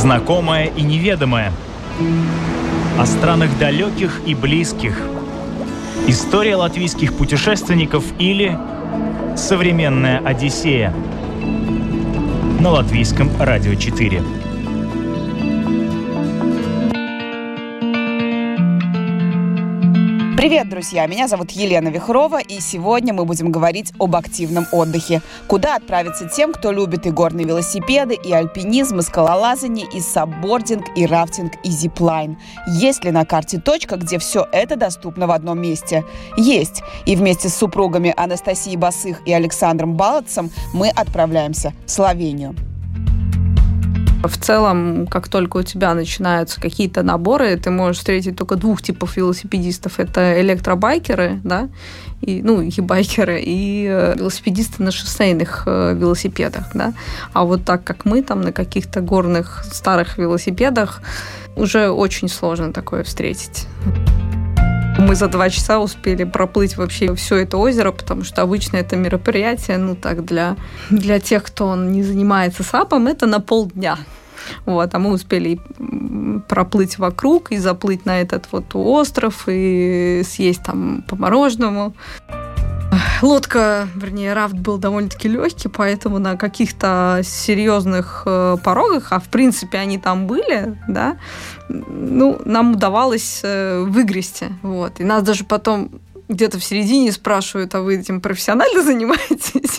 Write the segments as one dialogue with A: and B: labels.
A: Знакомое и неведомое. О странах далеких и близких. История латвийских путешественников или современная Одиссея. На Латвийском радио 4.
B: Привет, друзья! Меня зовут Елена Вихрова, и сегодня мы будем говорить об активном отдыхе. Куда отправиться тем, кто любит и горные велосипеды, и альпинизм, и скалолазание, и саббординг, и рафтинг, и зиплайн. Есть ли на карте точка, где все это доступно в одном месте? Есть. И вместе с супругами Анастасией Басых и Александром Балатцем мы отправляемся в Словению.
C: В целом, как только у тебя начинаются какие-то наборы, ты можешь встретить только двух типов велосипедистов. Это электробайкеры, да, e-байкеры, и велосипедисты на шоссейных велосипедах, да. А вот так, как мы там на каких-то горных старых велосипедах, уже очень сложно такое встретить. Мы за 2 часа успели проплыть вообще все это озеро, потому что обычно это мероприятие, для тех, кто не занимается САПом, это на полдня. А мы успели проплыть вокруг и заплыть на этот остров и съесть там по мороженому. Рафт был довольно-таки легкий, поэтому на каких-то серьезных порогах, а в принципе они там были, да, нам удавалось выгрести. И нас даже потом где-то в середине спрашивают, а вы этим профессионально занимаетесь?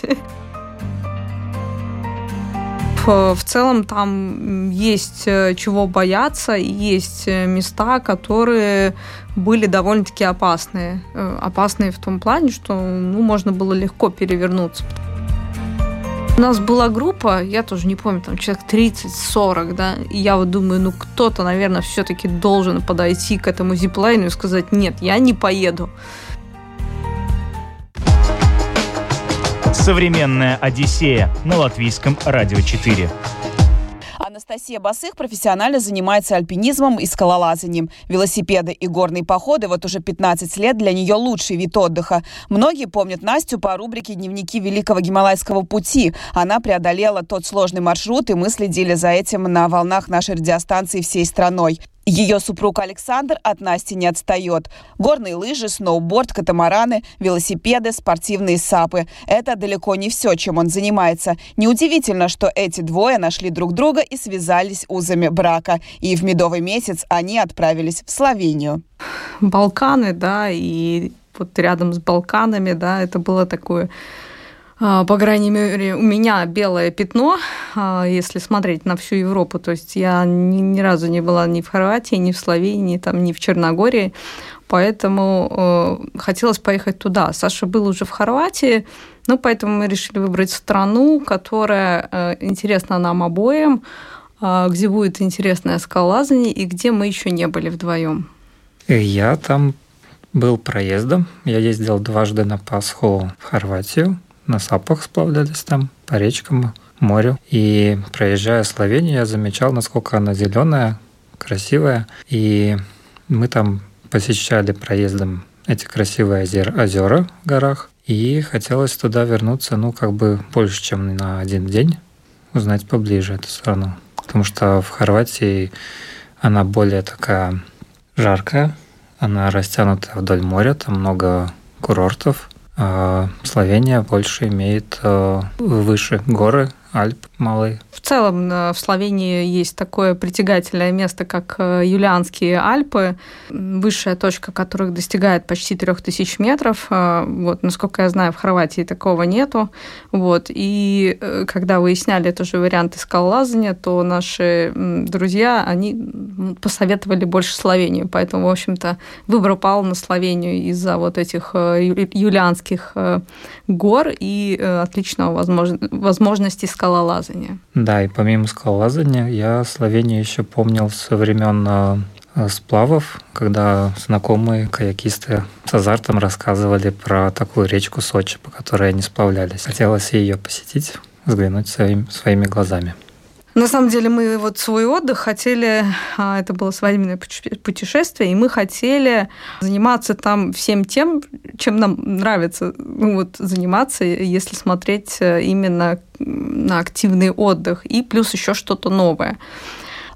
C: В целом там есть чего бояться, есть места, которые были довольно-таки опасные. Опасные в том плане, что можно было легко перевернуться. У нас была группа, я тоже не помню, там человек 30-40, да, и я думаю, кто-то, наверное, все-таки должен подойти к этому зиплайну и сказать: нет, я не поеду.
A: Современная Одиссея на Латвийском радио 4.
B: Анастасия Басых профессионально занимается альпинизмом и скалолазанием. Велосипеды и горные походы уже 15 лет для нее лучший вид отдыха. Многие помнят Настю по рубрике «Дневники Великого Гималайского пути». Она преодолела тот сложный маршрут, и мы следили за этим на волнах нашей радиостанции всей страной. Ее супруг Александр от Насти не отстает. Горные лыжи, сноуборд, катамараны, велосипеды, спортивные САПы. Это далеко не все, чем он занимается. Неудивительно, что эти двое нашли друг друга и связались узами брака. И в медовый месяц они отправились в Словению.
C: Балканы, да, и рядом с Балканами, да, это было такое... По крайней мере, у меня белое пятно, если смотреть на всю Европу. То есть я ни разу не была ни в Хорватии, ни в Словении, ни в Черногории. Поэтому хотелось поехать туда. Саша был уже в Хорватии, поэтому мы решили выбрать страну, которая интересна нам обоим, где будет интересное скалолазание и где мы еще не были вдвоем.
D: Я там был проездом. Я ездил 2 раза на Пасху в Хорватию. На САПах сплавлялись там, по речкам, морю. И проезжая Словению, я замечал, насколько она зеленая, красивая. И мы там посещали проездом эти красивые озера в горах. И хотелось туда вернуться, больше, чем на 1 день, узнать поближе эту страну. Потому что в Хорватии она более такая жаркая, она растянута вдоль моря, там много курортов. Словения больше имеет выше горы, Альп малые.
C: В целом в Словении есть такое притягательное место, как Юлианские Альпы, высшая точка которых достигает почти 3000 метров. Насколько я знаю, в Хорватии такого нету. И когда выясняли тоже варианты скалолазания, то наши друзья, они посоветовали больше Словению. Поэтому, в общем-то, выбор пал на Словению из-за этих Юлианских гор и отличного возможности скалолазания.
D: Да, и помимо скалолазания, я Словению еще помнил со времен сплавов, когда знакомые каякисты с азартом рассказывали про такую речку Сочи, по которой они сплавлялись. Хотелось ее посетить, взглянуть своими глазами.
C: На самом деле мы свой отдых хотели, это было свадебное путешествие, и мы хотели заниматься там всем тем, чем нам нравится заниматься, если смотреть именно на активный отдых, и плюс еще что-то новое.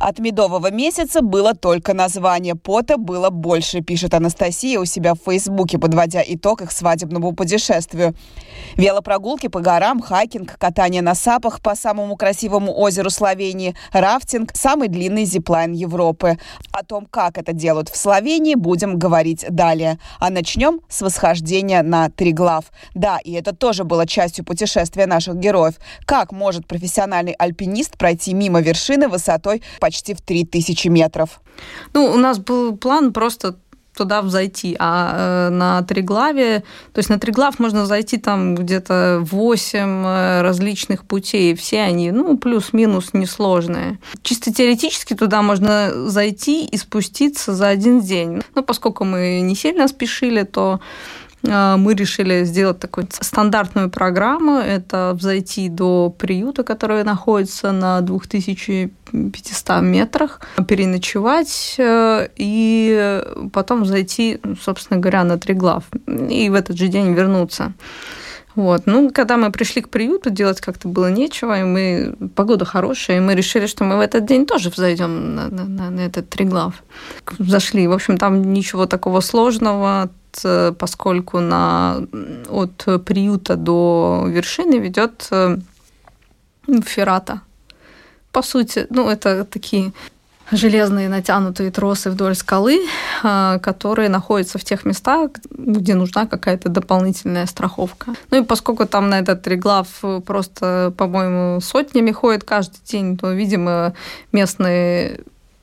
B: От медового месяца было только название, пота было больше, пишет Анастасия у себя в Фейсбуке, подводя итог их свадебному путешествию. Велопрогулки по горам, хайкинг, катание на сапах по самому красивому озеру Словении, рафтинг, самый длинный зиплайн Европы. О том, как это делают в Словении, будем говорить далее. А начнем с восхождения на Триглав. Да, и это тоже было частью путешествия наших героев. Как может профессиональный альпинист пройти мимо вершины высотой почти в 3000 метров?
C: Ну, у нас был план просто туда взойти, а на Триглаве, то есть на Триглав можно зайти там где-то 8 различных путей, все они, ну, плюс-минус несложные. Чисто теоретически туда можно зайти и спуститься за один день. Но поскольку мы не сильно спешили, то мы решили сделать такую стандартную программу. Это взойти до приюта, который находится на 2500 метрах, переночевать и потом зайти, собственно говоря, на Триглав. И в этот же день вернуться. Вот. Ну, когда мы пришли к приюту, делать как-то было нечего, и погода хорошая, и мы решили, что мы в этот день тоже взойдем на этот Триглав. Зашли. В общем, там ничего такого сложного, поскольку от приюта до вершины ведет феррата. По сути, ну, это такие железные натянутые тросы вдоль скалы, которые находятся в тех местах, где нужна какая-то дополнительная страховка. Ну и поскольку там на этот Триглав просто, по-моему, сотнями ходит каждый день, то, видимо, местный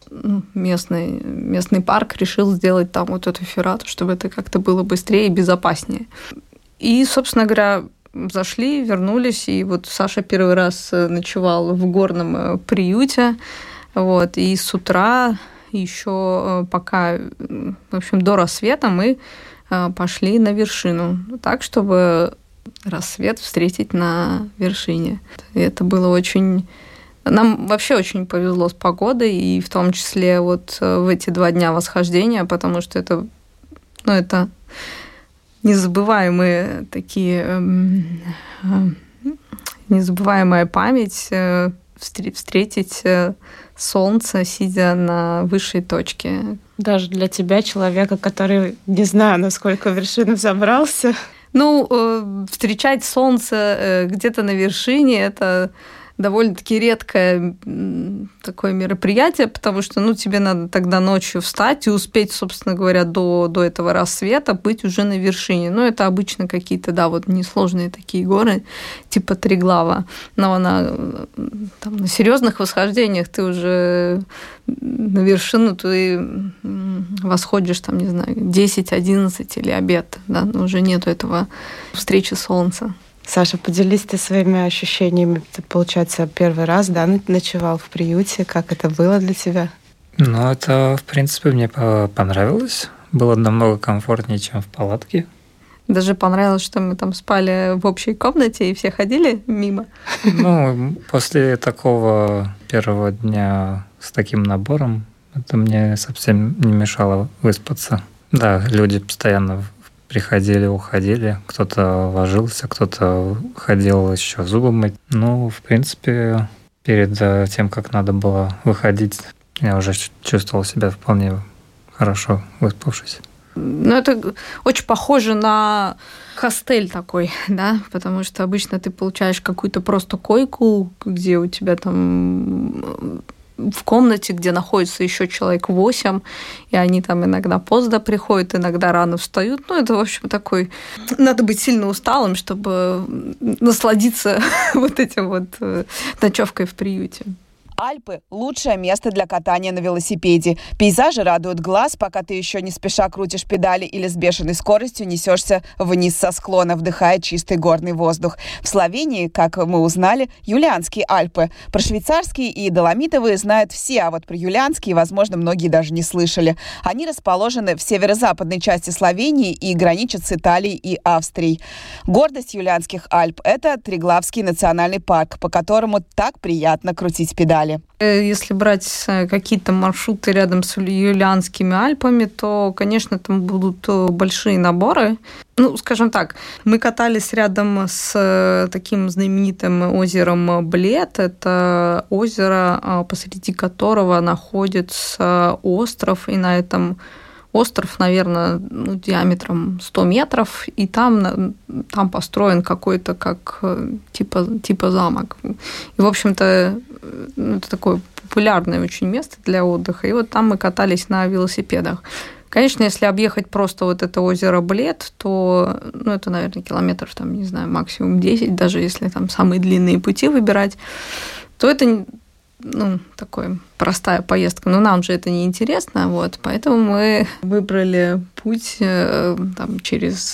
C: парк решил сделать там вот эту феррату, чтобы это как-то было быстрее и безопаснее. И, собственно говоря, зашли, вернулись, и вот Саша первый раз ночевал в горном приюте, вот, и с утра еще пока, в общем, до рассвета мы пошли на вершину, так, чтобы рассвет встретить на вершине. И это было очень... Нам вообще очень повезло с погодой, и в том числе вот в эти 2 дня восхождения, потому что это незабываемые такие, незабываемая память встретить солнце, сидя на высшей точке.
E: Даже для тебя, человека, который не знаю, насколько вершину забрался.
C: Ну, встречать солнце где-то на вершине – это довольно-таки редкое такое мероприятие, потому что, ну, тебе надо тогда ночью встать и успеть, собственно говоря, до этого рассвета быть уже на вершине. Ну, это обычно какие-то, да, вот несложные такие горы, типа Триглава. Но на серьезных восхождениях ты уже на вершину ты восходишь, там, не знаю, 10-11 или обед, да, но уже нету этого встречи солнца.
E: Саша, поделись ты своими ощущениями. Ты, получается, первый раз, да, ночевал в приюте. Как это было для тебя?
D: Ну, это, в принципе, мне понравилось. Было намного комфортнее, чем в палатке.
C: Даже понравилось, что мы там спали в общей комнате и все ходили мимо.
D: Ну, после такого первого дня с таким набором, это мне совсем не мешало выспаться. Да, люди постоянно приходили, уходили, кто-то ложился, кто-то ходил еще зубы мыть. Ну, в принципе, перед тем, как надо было выходить, я уже чувствовал себя вполне хорошо, выспавшись.
C: Ну, это очень похоже на хостель такой, да, потому что обычно ты получаешь какую-то просто койку, где у тебя там в комнате, где находится еще человек 8, и они там иногда поздно приходят, иногда рано встают. Ну, это, в общем, такой... Надо быть сильно усталым, чтобы насладиться вот этим вот ночевкой в приюте.
B: Альпы – лучшее место для катания на велосипеде. Пейзажи радуют глаз, пока ты еще не спеша крутишь педали или с бешеной скоростью несешься вниз со склона, вдыхая чистый горный воздух. В Словении, как мы узнали, Юлианские Альпы. Про швейцарские и доломитовые знают все, а вот про юлианские, возможно, многие даже не слышали. Они расположены в северо-западной части Словении и граничат с Италией и Австрией. Гордость Юлианских Альп – это Триглавский национальный парк, по которому так приятно крутить педали. далее.
C: Если брать какие-то маршруты рядом с Юлианскими Альпами, то, конечно, там будут большие наборы. Ну, скажем так, мы катались рядом с таким знаменитым озером Блед. Это озеро, посреди которого находится остров, и на этом остров, наверное, диаметром 100 метров, и там построен какой-то как типа замок. И, в общем-то, это такое популярное очень место для отдыха. И вот там мы катались на велосипедах. Конечно, если объехать просто вот это озеро Блед, то, это, наверное, километров, там, не знаю, максимум 10, даже если там самые длинные пути выбирать, то это такая простая поездка, но нам же это не интересно, вот, поэтому мы выбрали путь там, через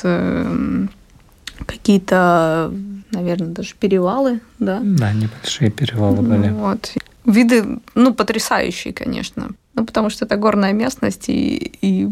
C: какие-то, наверное, даже перевалы, да? Да,
D: небольшие перевалы были.
C: Вот. Виды, потрясающие, конечно, потому что это горная местность, и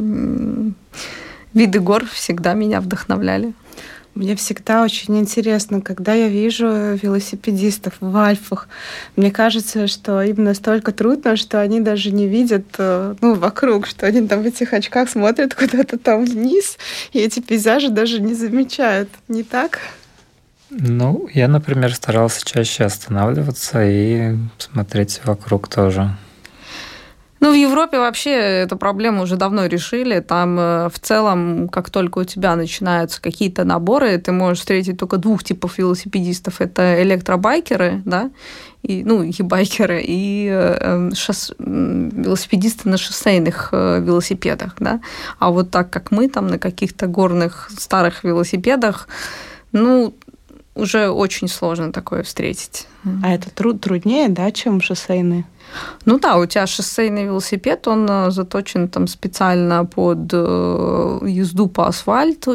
C: виды гор всегда меня вдохновляли.
E: Мне всегда очень интересно, когда я вижу велосипедистов в Альпах. Мне кажется, что им настолько трудно, что они даже не видят вокруг, что они там в этих очках смотрят куда-то там вниз, и эти пейзажи даже не замечают. Не так?
D: Я, например, старался чаще останавливаться и смотреть вокруг тоже.
C: В Европе вообще эту проблему уже давно решили. Там в целом, как только у тебя начинаются какие-то наборы, ты можешь встретить только двух типов велосипедистов. Это электробайкеры, да, и байкеры, и велосипедисты на шоссейных велосипедах, да. А вот так, как мы там на каких-то горных старых велосипедах, уже очень сложно такое встретить.
E: А это труднее, да, чем шоссейные?
C: У тебя шоссейный велосипед, он заточен там специально под езду по асфальту,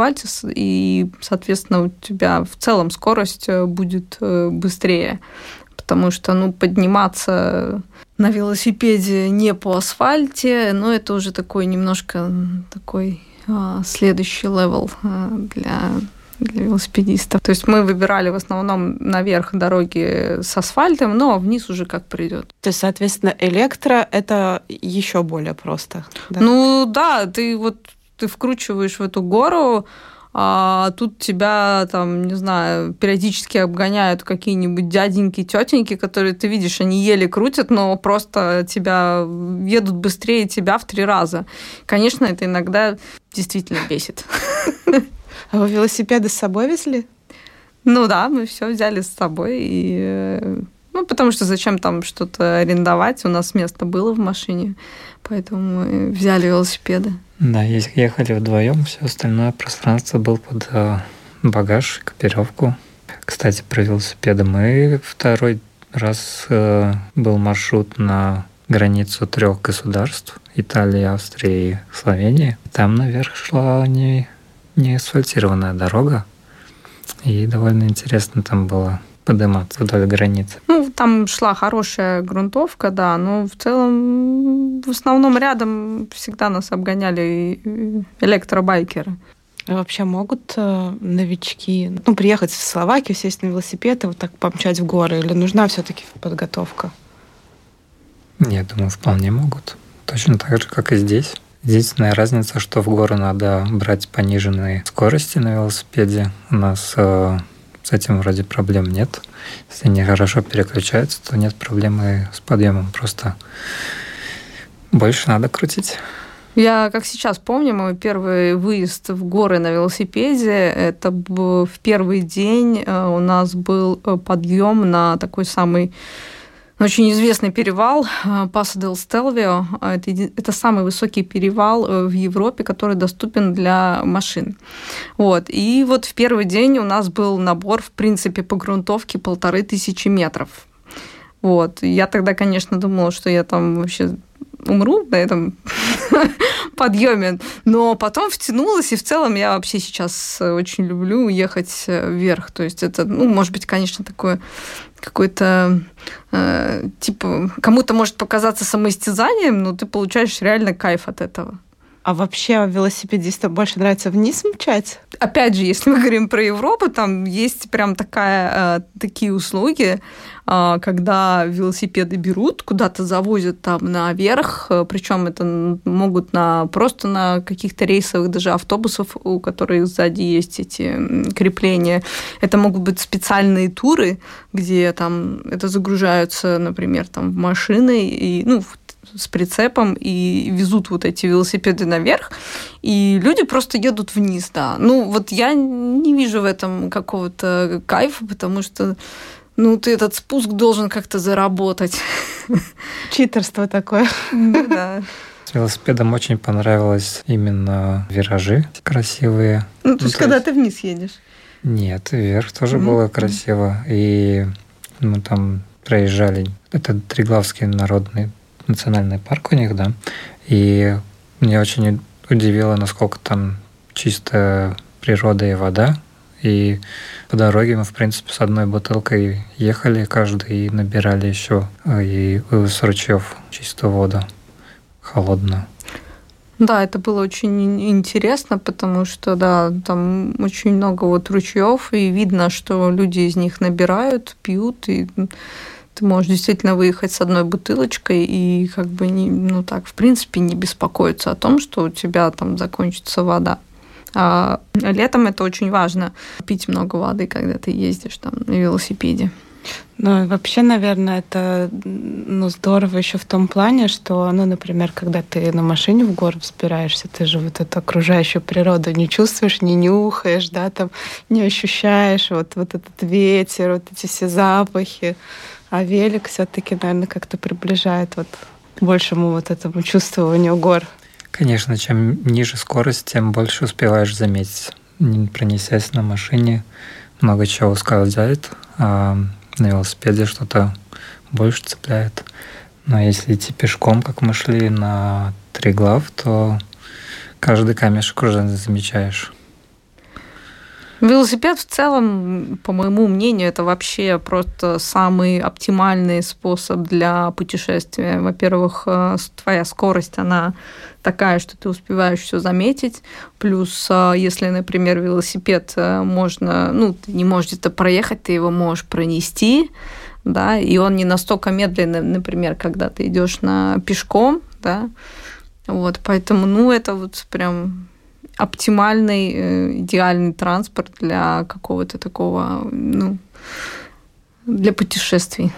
C: и, соответственно, у тебя в целом скорость будет быстрее, потому что, подниматься на велосипеде не по асфальте, это уже такой немножко такой следующий левел для велосипедистов. То есть мы выбирали в основном наверх дороги с асфальтом, но вниз уже как придет.
E: То есть, соответственно, электро — это еще более просто.
C: Да? Ты вкручиваешь в эту гору, а тут тебя там, не знаю, периодически обгоняют какие-нибудь дяденьки, тетеньки, которые ты видишь, они еле крутят, но просто тебя едут быстрее тебя в 3 раза. Конечно, это иногда действительно бесит.
E: А вы велосипеды с собой везли?
C: Да, мы все взяли с собой. Потому что зачем там что-то арендовать? У нас место было в машине, поэтому мы взяли велосипеды.
D: Да, ехали вдвоем, все остальное пространство было под багаж, экипировку. Кстати, про велосипеды. Мы второй раз был маршрут на границу 3 государств: Италии, Австрии и Словении. Там наверх шла не асфальтированная дорога, и довольно интересно там было подниматься вдоль границы.
C: Там шла хорошая грунтовка, да, но в целом, в основном рядом всегда нас обгоняли электробайкеры.
E: А вообще могут новички приехать в Словакию, сесть на велосипед и вот так помчать в горы, или нужна все-таки подготовка?
D: Я думаю, вполне могут. Точно так же, как и здесь. Единственная разница, что в гору надо брать пониженные скорости на велосипеде. У нас с этим вроде проблем нет. Если они хорошо переключаются, то нет проблемы с подъемом. Просто больше надо крутить.
C: Я, как сейчас помню, мой первый выезд в горы на велосипеде, это в первый день у нас был подъем на такой самый очень известный перевал Passo del Stelvio. Это самый высокий перевал в Европе, который доступен для машин. И в первый день у нас был набор, в принципе, по грунтовке 1500 метров. Я тогда, конечно, думала, что я там вообще умру на этом подъеме, но потом втянулась, и в целом я вообще сейчас очень люблю ехать вверх. То есть это, может быть, конечно, такое какой-то, кому-то может показаться самоистязанием, но ты получаешь реально кайф от этого.
E: А вообще велосипедистам больше нравится вниз мчать?
C: Опять же, если мы говорим про Европу, там есть прям такие услуги, когда велосипеды берут, куда-то завозят там наверх, причем это могут просто на каких-то рейсовых даже автобусов, у которых сзади есть эти крепления. Это могут быть специальные туры, где там это загружаются, например, там в машины и с прицепом и везут вот эти велосипеды наверх, и люди просто едут вниз, да. Я не вижу в этом какого-то кайфа, потому что ты этот спуск должен как-то заработать.
E: Читерство такое.
C: Да.
D: С велосипедом очень понравилось именно виражи красивые.
C: То есть, когда ты вниз едешь?
D: Нет, вверх тоже было красиво. И мы там проезжали. Это Триглавский национальный парк у них, да. И меня очень удивило, насколько там чистая природа и вода. И по дороге мы, в принципе, с одной бутылкой ехали каждый и набирали еще и с ручьев чистую воду, холодную.
C: Да, это было очень интересно, потому что, да, там очень много ручьев, и видно, что люди из них набирают, пьют, и ты можешь действительно выехать с одной бутылочкой и в принципе, не беспокоиться о том, что у тебя там закончится вода. А летом это очень важно, пить много воды, когда ты ездишь там на велосипеде.
E: Ну и вообще, наверное, это здорово еще в том плане, что, например, когда ты на машине в горы взбираешься, ты же вот эту окружающую природу не чувствуешь, не нюхаешь, да, там не ощущаешь вот этот ветер, вот эти все запахи. А велик все-таки, наверное, как-то приближает к большему этому чувствованию гор.
D: Конечно, чем ниже скорость, тем больше успеваешь заметить. Пронесясь на машине, много чего ускользает, а на велосипеде что-то больше цепляет. Но если идти пешком, как мы шли на Триглав, то каждый камешек уже замечаешь.
C: Велосипед в целом, по моему мнению, это вообще просто самый оптимальный способ для путешествия. Во-первых, твоя скорость, она такая, что ты успеваешь все заметить. Плюс, если, например, велосипед можно, ты не можешь где-то проехать, ты его можешь пронести, да, и он не настолько медленный, например, когда ты идешь пешком, да. Поэтому, это прям оптимальный, идеальный транспорт для какого-то такого, для путешествий.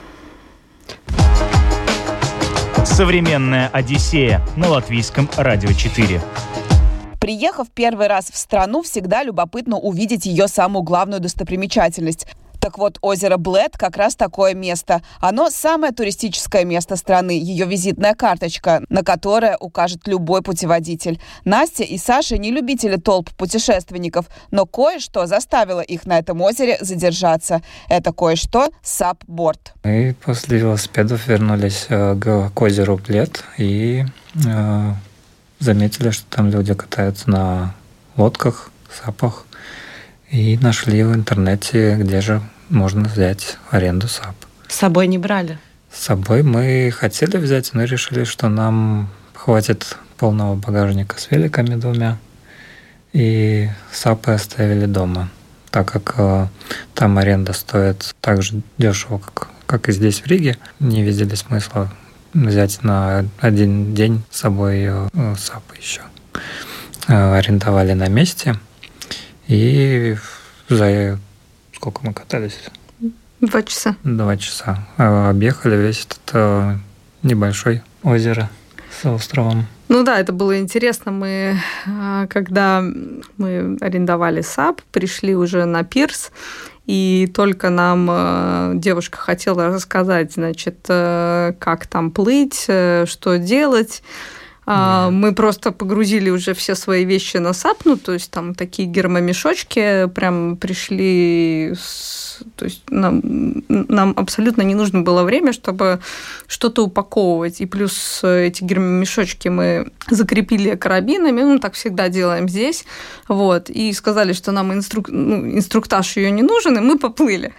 A: Современная Одиссея на Латвийском радио 4.
B: Приехав первый раз в страну, всегда любопытно увидеть ее самую главную достопримечательность. Так вот, озеро Блед как раз такое место. Оно самое туристическое место страны, ее визитная карточка, на которое укажет любой путеводитель. Настя и Саша не любители толп путешественников, но кое-что заставило их на этом озере задержаться. Это кое-что сапборд.
D: Мы после велосипедов вернулись к озеру Блед и заметили, что там люди катаются на лодках, сапах. И нашли в интернете, где же можно взять в аренду сап.
E: С собой не брали?
D: С собой мы хотели взять, но решили, что нам хватит полного багажника с великами 2. И сапы оставили дома, так как там аренда стоит так же дешево, как и здесь в Риге. Не видели смысла взять на один день с собой сапы еще. Арендовали на месте. И за сколько мы катались?
C: 2 часа.
D: 2 часа. Объехали весь этот небольшой озеро с островом.
C: Да, это было интересно. Когда мы арендовали САП, пришли уже на пирс, и только нам девушка хотела рассказать, как там плыть, что делать. Мы просто погрузили уже все свои вещи на САП, то есть там такие гермомешочки прям пришли, то есть нам абсолютно не нужно было время, чтобы что-то упаковывать. И плюс эти гермомешочки мы закрепили карабинами, так всегда делаем здесь, и сказали, что нам инструктаж ее не нужен, и мы поплыли.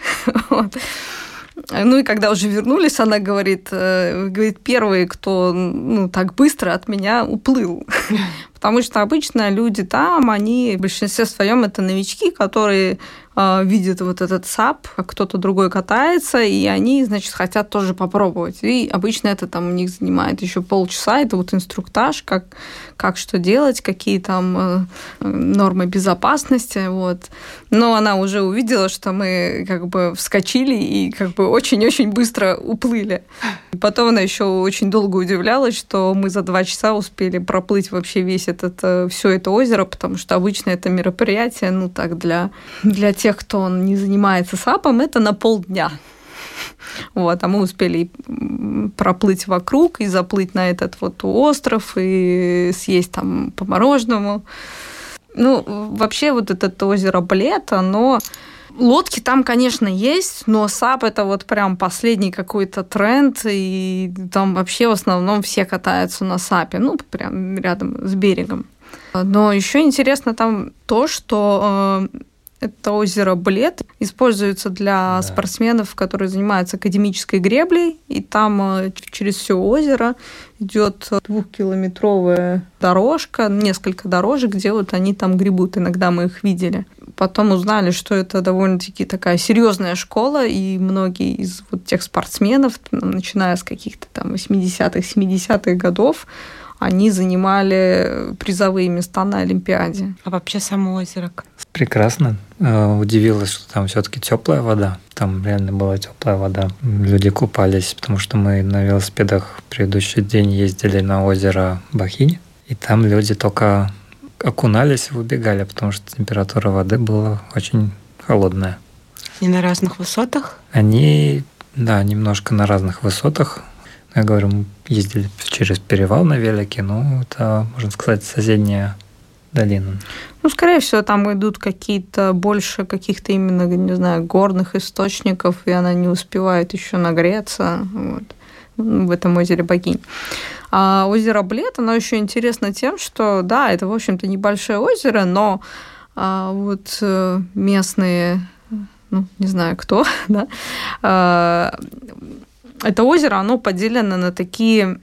C: И когда уже вернулись, она говорит, первый, кто так быстро от меня уплыл. Потому что обычно люди там, они в большинстве своем это новички, которые видят вот этот САП, как кто-то другой катается, и они, значит, хотят тоже попробовать. И обычно это там у них занимает еще полчаса. Это вот инструктаж, как что делать, какие там нормы безопасности. Вот. Но она уже увидела, что мы как бы вскочили и как бы очень-очень быстро уплыли. И потом она еще очень долго удивлялась, что мы за 2 часа успели проплыть вообще все это озеро, потому что обычно это мероприятие, ну так, для тех, кто не занимается САПом, это на полдня. Вот, а мы успели проплыть вокруг и заплыть на этот вот остров и съесть там по мороженому. Ну, вообще вот это озеро Блед, оно... Лодки там, конечно, есть, но САП – это вот прям последний какой-то тренд, и там вообще в основном все катаются на САПе, ну, прям рядом с берегом. Но еще интересно там то, что это озеро Блед используется для спортсменов, которые занимаются академической греблей, и там через все озеро идет 2-километровая дорожка, несколько дорожек, где вот они там гребут. Иногда мы их видели. Потом узнали, что это довольно-таки такая серьезная школа, и многие из вот тех спортсменов, начиная с каких-то там 80-х, 70-х годов, они занимали призовые места на Олимпиаде.
E: А вообще само озеро?
D: Прекрасно. Удивилась, что там все-таки теплая вода. Там реально была теплая вода. Люди купались, потому что мы на велосипедах в предыдущий день ездили на озеро Бахинь, и там люди только окунались и выбегали, потому что температура воды была очень холодная.
E: И на разных высотах?
D: Они, да, немножко на разных высотах. Я говорю, мы ездили через перевал на велике, но это, можно сказать, соседняя долина.
C: Ну, скорее всего, там идут больше каких-то именно, не знаю, горных источников, и она не успевает еще нагреться вот, в этом озере Богинь. А озеро Блед, оно еще интересно тем, что, да, это, в общем-то, небольшое озеро, но вот местные, ну, не знаю кто, да, это озеро, оно поделено на такие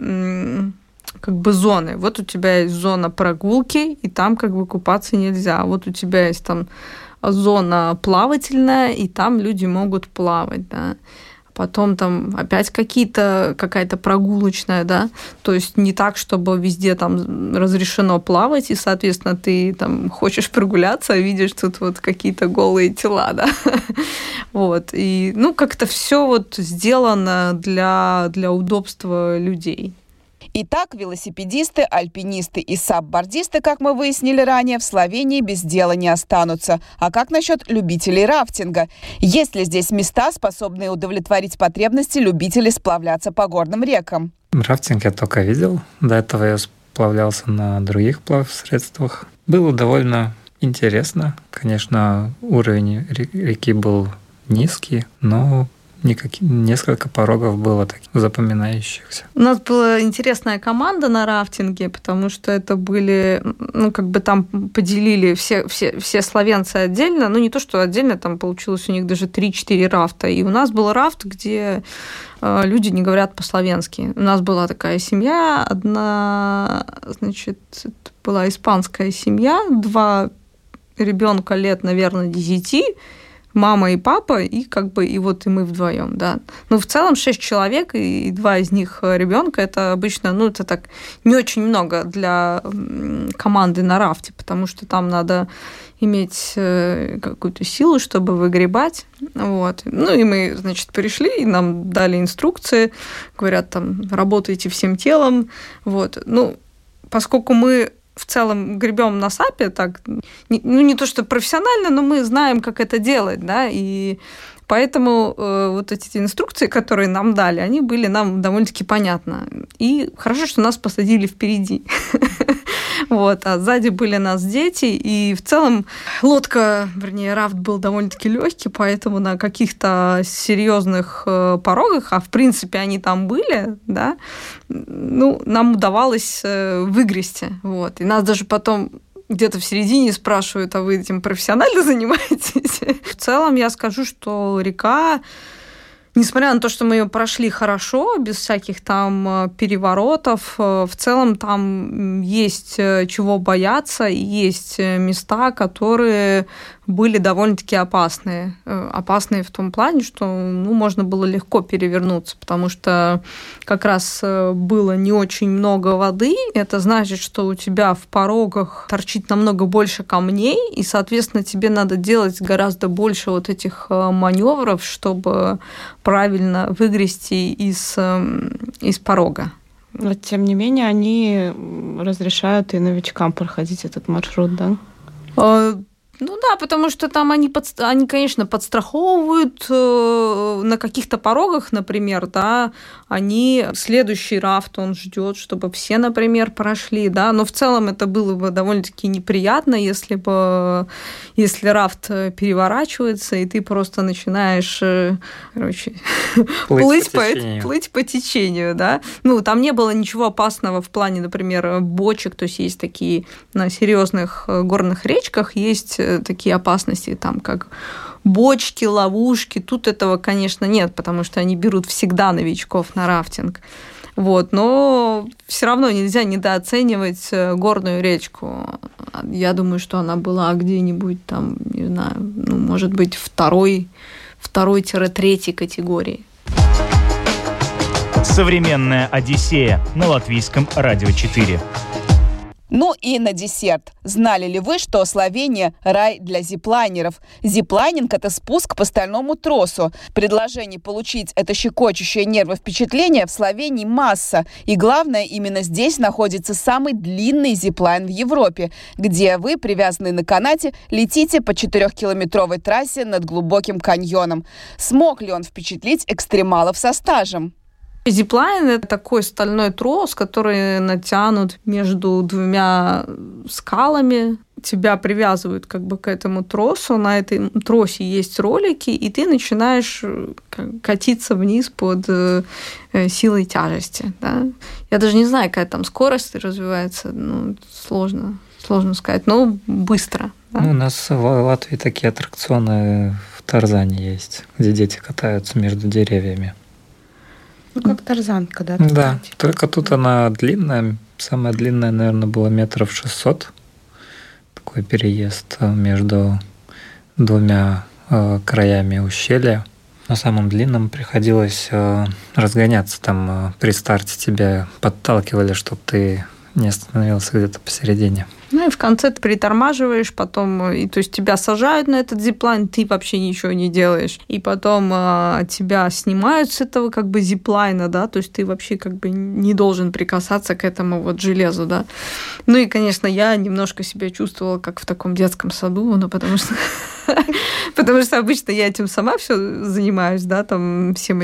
C: как бы зоны. Вот у тебя есть зона прогулки, и там как бы купаться нельзя. Вот у тебя есть там зона плавательная, и там люди могут плавать, да. Потом там опять какая-то прогулочная, да, то есть не так, чтобы везде там разрешено плавать, и, соответственно, ты там хочешь прогуляться, а видишь тут вот какие-то голые тела, да, вот, и, ну, как-то все вот сделано для удобства людей.
B: Итак, велосипедисты, альпинисты и саббордисты, как мы выяснили ранее, в Словении без дела не останутся. А как насчет любителей рафтинга? Есть ли здесь места, способные удовлетворить потребности любителей сплавляться по горным рекам?
D: Рафтинг я только видел. До этого я сплавлялся на других плавсредствах. Было довольно интересно. Конечно, уровень реки был низкий, но несколько порогов было таких запоминающихся.
C: У нас была интересная команда на рафтинге, потому что это были, ну, как бы там поделили все словенцы отдельно, ну, не то, что отдельно, там получилось у них даже 3-4 рафта. И у нас был рафт, где люди не говорят по-словенски. У нас была такая семья, одна, значит, это была испанская семья, 2 ребенка лет, наверное, 10, мама и папа, и как бы и вот и мы вдвоем, да. Ну, в целом 6 человек, и 2 из них ребенка, это обычно, ну, это так не очень много для команды на рафте, потому что там надо иметь какую-то силу, чтобы выгребать, вот. Ну, и мы, значит, пришли, и нам дали инструкции, говорят, там, работайте всем телом, вот. Ну, поскольку мы в целом гребем на САПе, так, не то что профессионально, но мы знаем, как это делать, да, и поэтому вот эти инструкции, которые нам дали, они были нам довольно-таки понятны. И хорошо, что нас посадили впереди. Вот, а сзади были нас дети, и в целом рафт был довольно-таки легкий, поэтому на каких-то серьезных порогах, а в принципе они там были, да, ну, нам удавалось выгрести, вот, и нас даже потом где-то в середине спрашивают, а вы этим профессионально занимаетесь? В целом я скажу, что река Несмотря на то, что мы ее прошли хорошо, без всяких там переворотов, в целом там есть чего бояться, и есть места, которые были довольно-таки опасные. Опасные в том плане, что можно было легко перевернуться, потому что как раз было не очень много воды. Это значит, что у тебя в порогах торчит намного больше камней, и, соответственно, тебе надо делать гораздо больше вот этих маневров, чтобы правильно выгрести из порога.
E: Но, тем не менее, они разрешают и новичкам проходить этот маршрут, да?
C: Да, потому что там они, конечно, подстраховывают на каких-то порогах, например, да, они следующий рафт он ждет, чтобы все, например, прошли, да, но в целом это было бы довольно-таки неприятно, если рафт переворачивается, и ты просто начинаешь, плыть по течению, да. Там не было ничего опасного в плане, например, бочек, то есть есть такие на серьезных горных речках, есть такие опасности, там, как бочки, ловушки. Тут этого, конечно, нет, потому что они берут всегда новичков на рафтинг. Но все равно нельзя недооценивать горную речку. Я думаю, что она была где-нибудь там, не знаю, может быть, второй-третьей категории.
A: Современная Одиссея на Латвийском радио 4.
B: И на десерт. Знали ли вы, что Словения – рай для зиплайнеров? Зиплайнинг – это спуск по стальному тросу. Предложений получить это щекочущее нервы впечатление в Словении масса. И главное, именно здесь находится самый длинный зиплайн в Европе, где вы, привязанные на канате, летите по 4-километровой трассе над глубоким каньоном. Смог ли он впечатлить экстремалов со стажем?
C: Зиплайн – это такой стальной трос, который натянут между двумя скалами. Тебя привязывают к этому тросу. На этом тросе есть ролики, и ты начинаешь катиться вниз под силой тяжести. Да? Я даже не знаю, какая там скорость развивается. Сложно сказать, но быстро. Да?
D: У нас в Латвии такие аттракционы в Тарзане есть, где дети катаются между деревьями.
E: Как тарзанка, да?
D: Да, только тут она длинная. Самая длинная, наверное, была 600 метров. Такой переезд между двумя краями ущелья. На самом длинном приходилось разгоняться. Там при старте тебя подталкивали, чтобы ты не остановился где-то посередине.
C: И в конце ты притормаживаешь, потом, то есть тебя сажают на этот зиплайн, ты вообще ничего не делаешь. И потом тебя снимают с этого зиплайна, да, то есть ты вообще не должен прикасаться к этому железу, да. И, конечно, я немножко себя чувствовала как в таком детском саду, потому что обычно я этим сама все занимаюсь, да, там всеми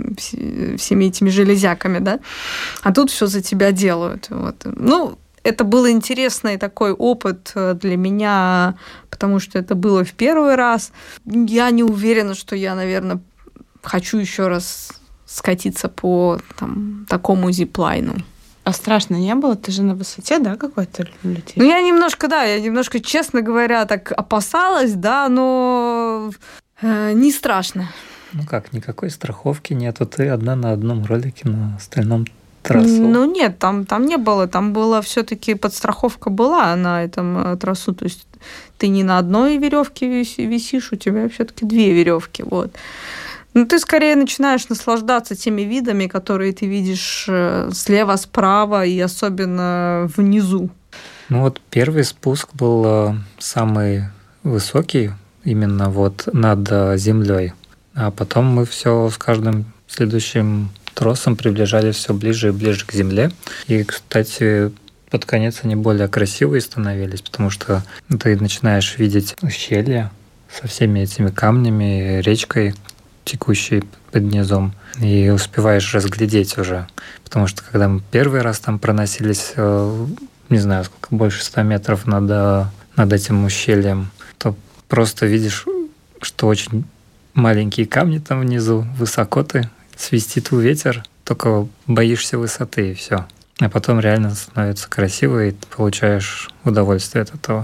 C: этими железяками, да, а тут все за тебя делают, это был интересный такой опыт для меня, потому что это было в первый раз. Я не уверена, что я, наверное, хочу еще раз скатиться по такому зиплайну.
E: А страшно не было? Ты же на высоте, да, какой-то летишь?
C: Я немножко, честно говоря, так опасалась, да, но не страшно.
D: Никакой страховки нету. Ты одна на одном ролике на стальном трассу.
C: Нет, там не было. Там была все-таки подстраховка была на этом трассу. То есть ты не на одной веревке висишь, у тебя все-таки 2 веревки. Ты скорее начинаешь наслаждаться теми видами, которые ты видишь слева, справа и особенно внизу.
D: Первый спуск был самый высокий именно над землей. А потом мы все с каждым следующим тросом приближались все ближе и ближе к земле. И, кстати, под конец они более красивые становились, потому что ты начинаешь видеть ущелья со всеми этими камнями, речкой, текущей под низом, и успеваешь разглядеть уже. Потому что когда мы первый раз там проносились, не знаю, сколько, больше 100 метров над этим ущельем, то просто видишь, что очень маленькие камни там внизу, высоко ты, свистит ветер, только боишься высоты, и все. А потом реально становится красиво, и ты получаешь удовольствие от этого.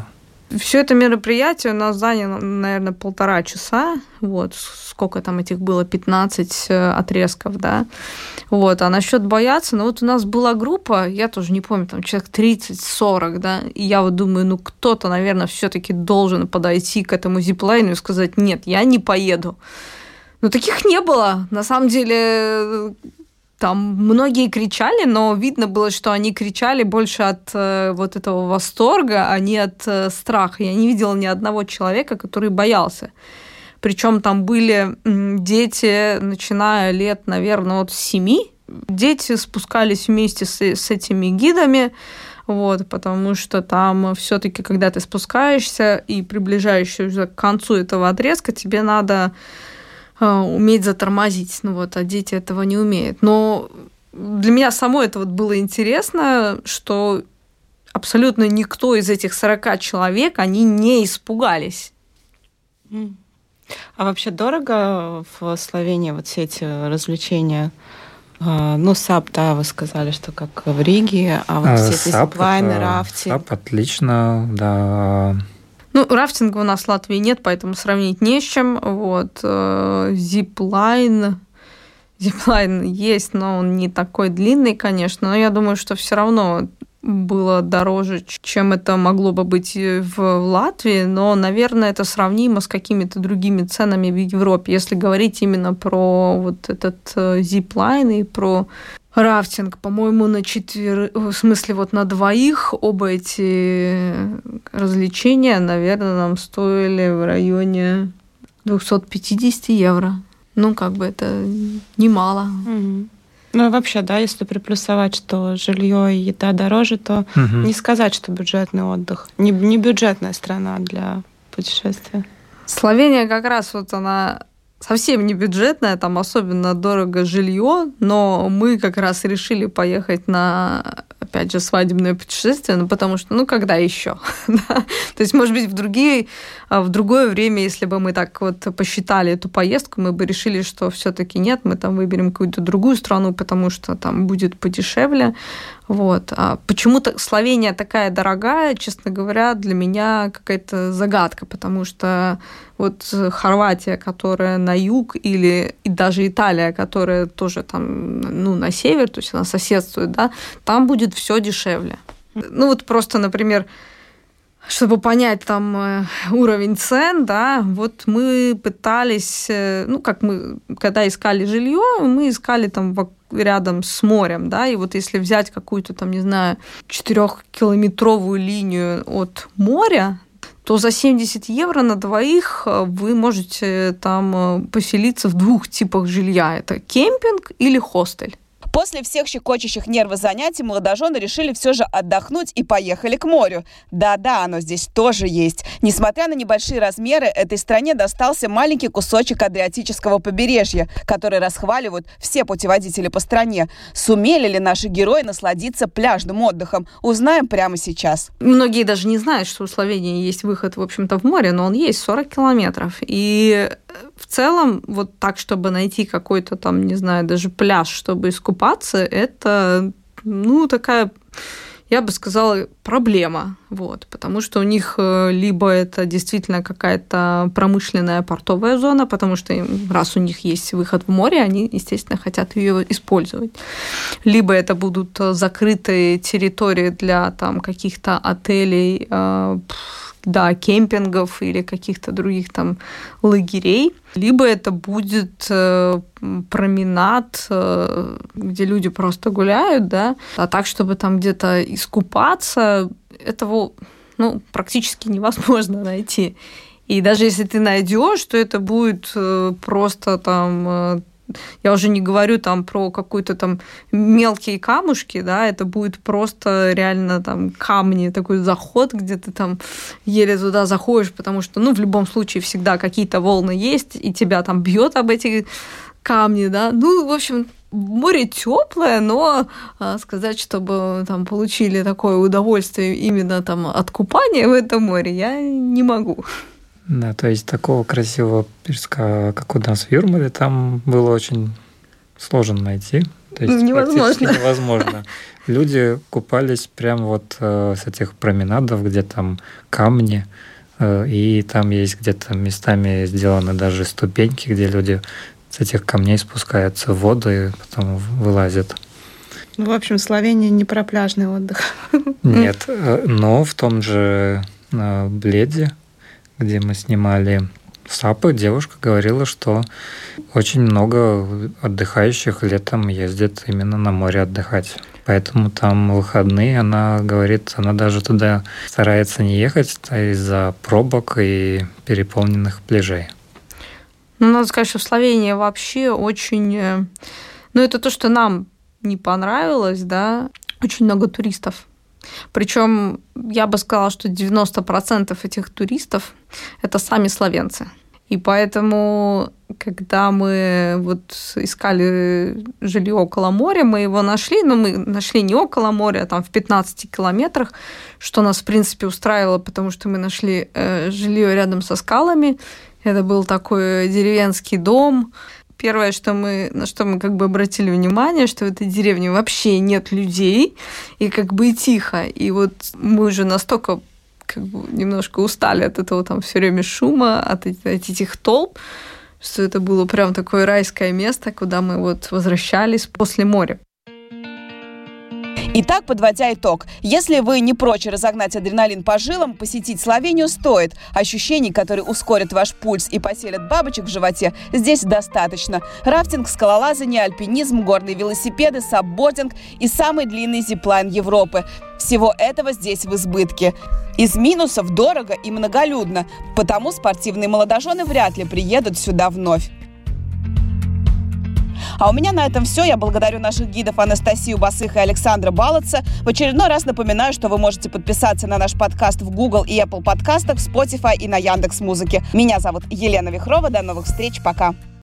C: Все это мероприятие у нас заняло, наверное, 1,5 часа. Вот, сколько там этих было? 15 отрезков, да. Вот, а насчет бояться, ну вот у нас была группа, я тоже не помню, там человек 30-40, да, и я вот думаю, ну кто-то, наверное, все-таки должен подойти к этому зиплайну и сказать, нет, я не поеду. Но таких не было. На самом деле, там многие кричали, но видно было, что они кричали больше от вот этого восторга, а не от страха. Я не видела ни одного человека, который боялся. Причем там были дети, начиная лет, наверное, от 7. Дети спускались вместе с этими гидами, вот, потому что там все-таки, когда ты спускаешься и приближаешься к концу этого отрезка, тебе надо уметь затормозить. Ну вот, а дети этого не умеют. Но для меня самой это вот было интересно, что абсолютно никто из этих 40 человек, они не испугались.
E: А вообще дорого в Словении вот все эти развлечения? Ну, САП, да, вы сказали, что как в Риге, а вот все эти зиплайны, рафтинг.
D: САП отлично, да.
C: Ну, рафтинга у нас в Латвии нет, поэтому сравнить не с чем. Вот. Зиплайн есть, но он не такой длинный, конечно. Но я думаю, что все равно было дороже, чем это могло бы быть в Латвии, но, наверное, это сравнимо с какими-то другими ценами в Европе, если говорить именно про вот этот зиплайн и про рафтинг. По-моему, в смысле, вот на двоих оба эти развлечения, наверное, нам стоили в районе 250 евро. Ну, как бы это немало.
E: Ну и вообще, да, если приплюсовать, что жилье и еда дороже, то не сказать, что бюджетный отдых. Не бюджетная страна для путешествия.
C: Словения как раз вот она совсем не бюджетная, там особенно дорого жилье, но мы как раз решили поехать на, опять же, свадебное путешествие, ну, потому что, ну, когда еще? То есть, может быть, в другое время, если бы мы так вот посчитали эту поездку, мы бы решили, что все-таки нет, мы там выберем какую-то другую страну, потому что там будет подешевле. Вот. А почему-то Словения такая дорогая, честно говоря, для меня какая-то загадка, потому что вот Хорватия, которая на юг, и даже Италия, которая тоже там, ну, на север, то есть она соседствует, да, там будет все дешевле. Ну вот просто, например, чтобы понять там уровень цен, да, вот мы пытались, ну, как мы, когда искали жилье, мы искали там рядом с морем, да, и вот если взять какую-то там, не знаю, 4-километровую линию от моря, то за 70 евро на двоих вы можете там поселиться в 2 типах жилья. Это кемпинг или хостель.
B: После всех щекочущих нервы занятий молодожены решили все же отдохнуть и поехали к морю. Да-да, оно здесь тоже есть. Несмотря на небольшие размеры, этой стране достался маленький кусочек Адриатического побережья, который расхваливают все путеводители по стране. Сумели ли наши герои насладиться пляжным отдыхом? Узнаем прямо сейчас.
C: Многие даже не знают, что у Словении есть выход, в общем-то, в море, но он есть 40 километров. И в целом, вот так, чтобы найти какой-то там, не знаю, даже пляж, чтобы искупаться, это, ну, такая, я бы сказала, проблема. Вот, потому что у них либо это действительно какая-то промышленная портовая зона, потому что раз у них есть выход в море, они, естественно, хотят ее использовать. Либо это будут закрытые территории для там каких-то отелей, да, кемпингов или каких-то других там лагерей, либо это будет променад, где люди просто гуляют, да, а так, чтобы там где-то искупаться, этого, ну, практически невозможно найти. И даже если ты найдешь, то это будет просто там... Я уже не говорю там про какие-то там мелкие камушки, да, это будет просто реально там камни, такой заход, где ты там еле туда заходишь, потому что, ну, в любом случае всегда какие-то волны есть, и тебя там бьет об эти камни, да. Ну, в общем, море теплое, но сказать, чтобы там получили такое удовольствие именно там от купания в этом море, я не могу.
D: Да, то есть такого красивого пирска, как у нас в Юрмале, там было очень сложно найти. То есть
C: невозможно.
D: практически невозможно. Люди купались прямо вот с этих променадов, где там камни, и там есть где-то местами сделаны даже ступеньки, где люди с этих камней спускаются в воду и потом вылазят.
E: Ну, в общем, Словения не про пляжный отдых.
D: Нет, но в том же Бледе, где мы снимали Сапы, девушка говорила, что очень много отдыхающих летом ездит именно на море отдыхать. Поэтому там выходные, она говорит, она даже туда старается не ехать из-за пробок и переполненных пляжей.
C: Ну, надо сказать, что в Словении вообще очень... Ну, это то, что нам не понравилось, да, очень много туристов. Причем я бы сказала, что 90% этих туристов – это сами словенцы. И поэтому, когда мы вот искали жилье около моря, мы его нашли, но мы нашли не около моря, а там в 15 километрах, что нас, в принципе, устраивало, потому что мы нашли жилье рядом со скалами. Это был такой деревенский дом. Первое, на что мы как бы обратили внимание, что в этой деревне вообще нет людей, и как бы и тихо. И вот мы уже настолько как бы немножко устали от этого там все время шума, от этих толп, что это было прям такое райское место, куда мы вот возвращались после моря.
B: Итак, подводя итог, если вы не прочь разогнать адреналин по жилам, посетить Словению стоит. Ощущений, которые ускорят ваш пульс и поселят бабочек в животе, здесь достаточно. Рафтинг, скалолазание, альпинизм, горные велосипеды, сапбординг и самый длинный зиплайн Европы. Всего этого здесь в избытке. Из минусов дорого и многолюдно, потому спортивные молодожены вряд ли приедут сюда вновь. А у меня на этом все. Я благодарю наших гидов Анастасию Басых и Александра Балаца. В очередной раз напоминаю, что вы можете подписаться на наш подкаст в Google и Apple подкастах, в Spotify и на Яндекс.Музыке. Меня зовут Елена Вихрова. До новых встреч. Пока.